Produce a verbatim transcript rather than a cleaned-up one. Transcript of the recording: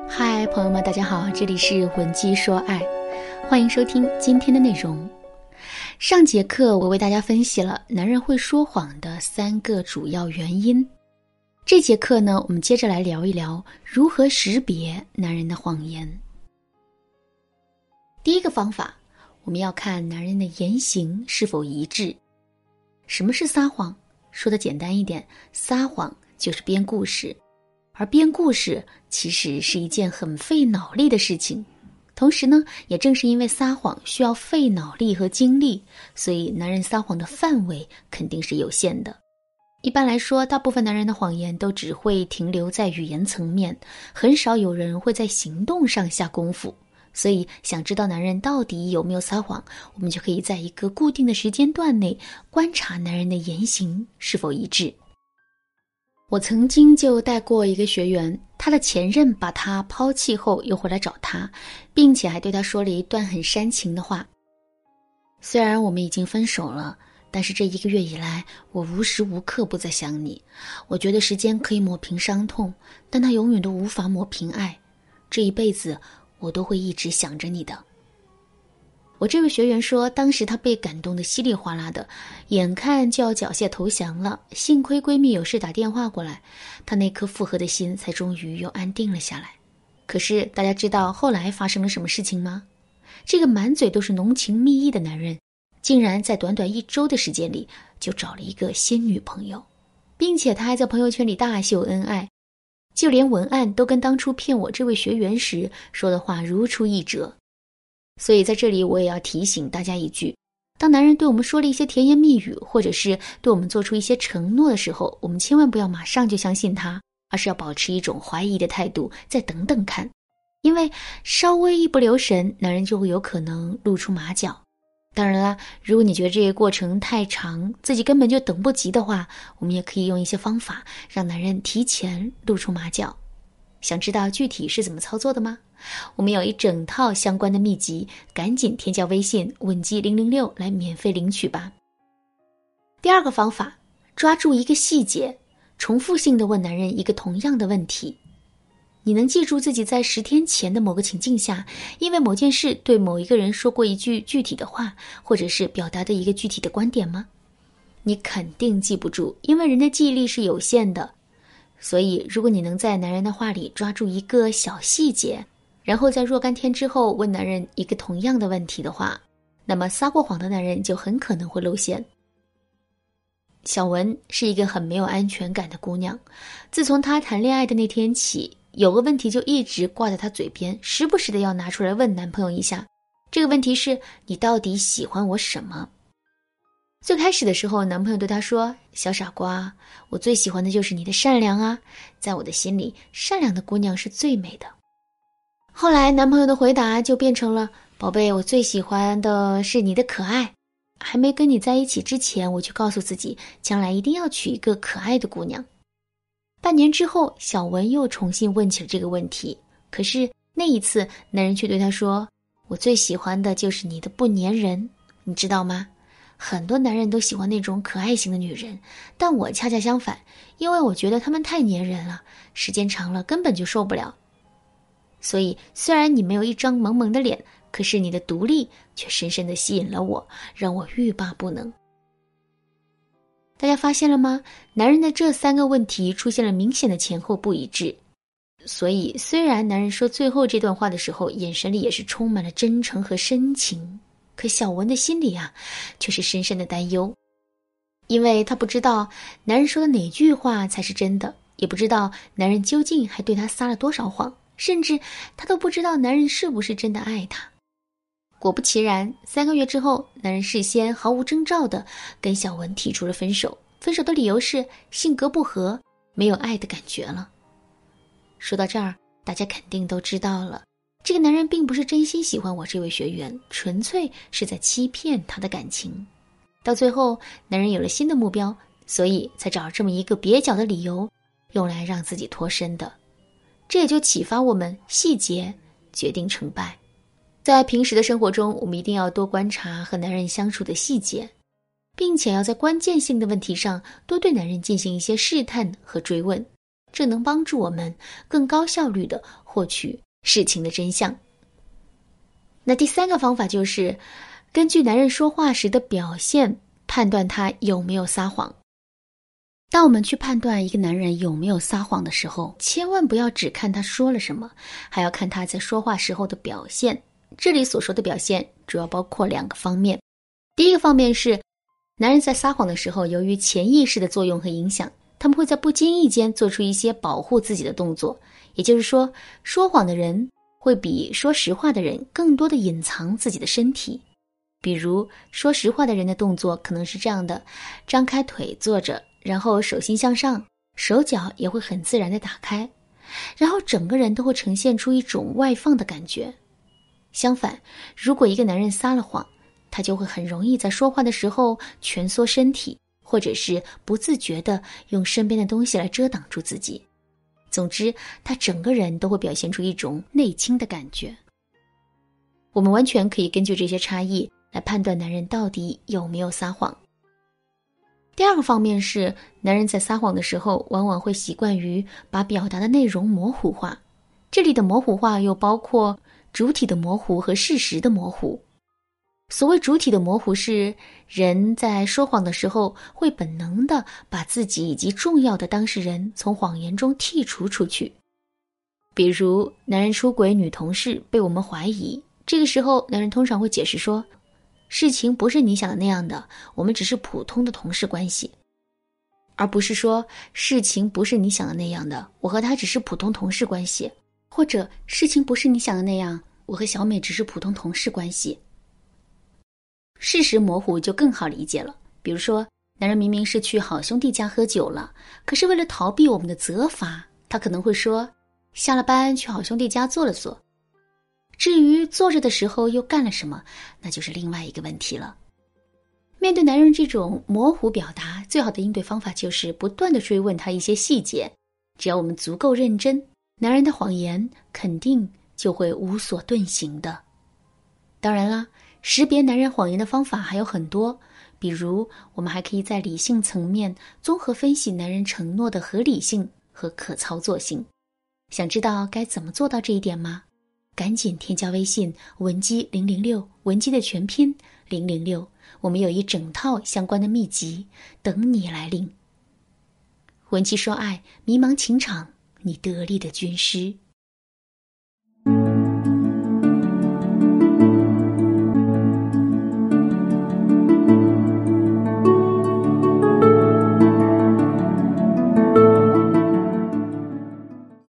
嗨，朋友们，大家好，这里是文姬说爱，欢迎收听今天的内容。上节课我为大家分析了男人会说谎的三个主要原因。这节课呢，我们接着来聊一聊如何识别男人的谎言。第一个方法，我们要看男人的言行是否一致。什么是撒谎？说的简单一点，撒谎就是编故事。而编故事其实是一件很费脑力的事情，同时呢，也正是因为撒谎需要费脑力和精力，所以男人撒谎的范围肯定是有限的。一般来说，大部分男人的谎言都只会停留在语言层面，很少有人会在行动上下功夫。所以想知道男人到底有没有撒谎，我们就可以在一个固定的时间段内观察男人的言行是否一致。我曾经就带过一个学员，他的前任把他抛弃后又回来找他，并且还对他说了一段很煽情的话。虽然我们已经分手了，但是这一个月以来，我无时无刻不在想你。我觉得时间可以抹平伤痛，但它永远都无法抹平爱。这一辈子，我都会一直想着你的。我这位学员说，当时他被感动得稀里哗啦的，眼看就要缴械投降了，幸亏闺蜜有事打电话过来，他那颗负荷的心才终于又安定了下来。可是大家知道后来发生了什么事情吗？这个满嘴都是浓情蜜意的男人，竟然在短短一周的时间里就找了一个新女朋友，并且他还在朋友圈里大秀恩爱，就连文案都跟当初骗我这位学员时说的话如出一辙。所以在这里我也要提醒大家一句，当男人对我们说了一些甜言蜜语，或者是对我们做出一些承诺的时候，我们千万不要马上就相信他，而是要保持一种怀疑的态度，再等等看。因为稍微一不留神，男人就会有可能露出马脚。当然啦，如果你觉得这个过程太长，自己根本就等不及的话，我们也可以用一些方法让男人提前露出马脚。想知道具体是怎么操作的吗？我们有一整套相关的秘籍，赶紧添加微信文姬零零六来免费领取吧。第二个方法，抓住一个细节，重复性的问男人一个同样的问题。你能记住自己在十天前的某个情境下，因为某件事对某一个人说过一句具体的话，或者是表达的一个具体的观点吗？你肯定记不住，因为人的记忆力是有限的。所以如果你能在男人的话里抓住一个小细节，然后在若干天之后问男人一个同样的问题的话，那么撒过谎的男人就很可能会露馅。小文是一个很没有安全感的姑娘，自从她谈恋爱的那天起，有个问题就一直挂在她嘴边，时不时的要拿出来问男朋友一下。这个问题是，你到底喜欢我什么？最开始的时候，男朋友对她说，小傻瓜，我最喜欢的就是你的善良啊，在我的心里，善良的姑娘是最美的。后来男朋友的回答就变成了，宝贝，我最喜欢的是你的可爱。还没跟你在一起之前，我就告诉自己，将来一定要娶一个可爱的姑娘。半年之后，小文又重新问起了这个问题，可是那一次男人却对她说，我最喜欢的就是你的不粘人。你知道吗？很多男人都喜欢那种可爱型的女人，但我恰恰相反，因为我觉得她们太粘人了，时间长了根本就受不了。所以虽然你没有一张萌萌的脸，可是你的独立却深深地吸引了我，让我欲罢不能。大家发现了吗？男人的这三个问题出现了明显的前后不一致。所以虽然男人说最后这段话的时候，眼神里也是充满了真诚和深情，可小文的心里啊，却是深深的担忧。因为她不知道男人说的哪句话才是真的，也不知道男人究竟还对她撒了多少谎，甚至她都不知道男人是不是真的爱她。果不其然，三个月之后，男人事先毫无征兆地跟小文提出了分手。分手的理由是性格不合，没有爱的感觉了。说到这儿，大家肯定都知道了，这个男人并不是真心喜欢我这位学员，纯粹是在欺骗他的感情。到最后，男人有了新的目标，所以才找这么一个蹩脚的理由，用来让自己脱身的。这也就启发我们，细节决定成败。在平时的生活中，我们一定要多观察和男人相处的细节，并且要在关键性的问题上多对男人进行一些试探和追问， 这能帮助我们更高效率地获取事情的真相。那第三个方法就是根据男人说话时的表现判断他有没有撒谎。当我们去判断一个男人有没有撒谎的时候，千万不要只看他说了什么，还要看他在说话时候的表现。这里所说的表现主要包括两个方面。第一个方面是男人在撒谎的时候，由于潜意识的作用和影响，他们会在不经意间做出一些保护自己的动作。也就是说，说谎的人会比说实话的人更多的隐藏自己的身体。比如说实话的人的动作可能是这样的，张开腿坐着，然后手心向上，手脚也会很自然地打开，然后整个人都会呈现出一种外放的感觉。相反，如果一个男人撒了谎，他就会很容易在说话的时候蜷缩身体，或者是不自觉地用身边的东西来遮挡住自己。总之，他整个人都会表现出一种内倾的感觉。我们完全可以根据这些差异来判断男人到底有没有撒谎。第二个方面是，男人在撒谎的时候，往往会习惯于把表达的内容模糊化。这里的模糊化又包括主体的模糊和事实的模糊。所谓主体的模糊是，人在说谎的时候会本能地把自己以及重要的当事人从谎言中剔除出去。比如，男人出轨女同事被我们怀疑，这个时候男人通常会解释说，事情不是你想的那样的，我们只是普通的同事关系，而不是说事情不是你想的那样的，我和他只是普通同事关系，或者事情不是你想的那样，我和小美只是普通同事关系。事实模糊就更好理解了。比如说，男人明明是去好兄弟家喝酒了，可是为了逃避我们的责罚，他可能会说下了班去好兄弟家坐了坐。至于坐着的时候又干了什么，那就是另外一个问题了。面对男人这种模糊表达，最好的应对方法就是不断地追问他一些细节。只要我们足够认真，男人的谎言肯定就会无所遁形的。当然啦，识别男人谎言的方法还有很多，比如我们还可以在理性层面综合分析男人承诺的合理性和可操作性。想知道该怎么做到这一点吗？赶紧添加微信文姬零零六，文姬的全拼零零六，我们有一整套相关的秘籍等你来领。文姬说爱，迷茫情场，你得力的军师。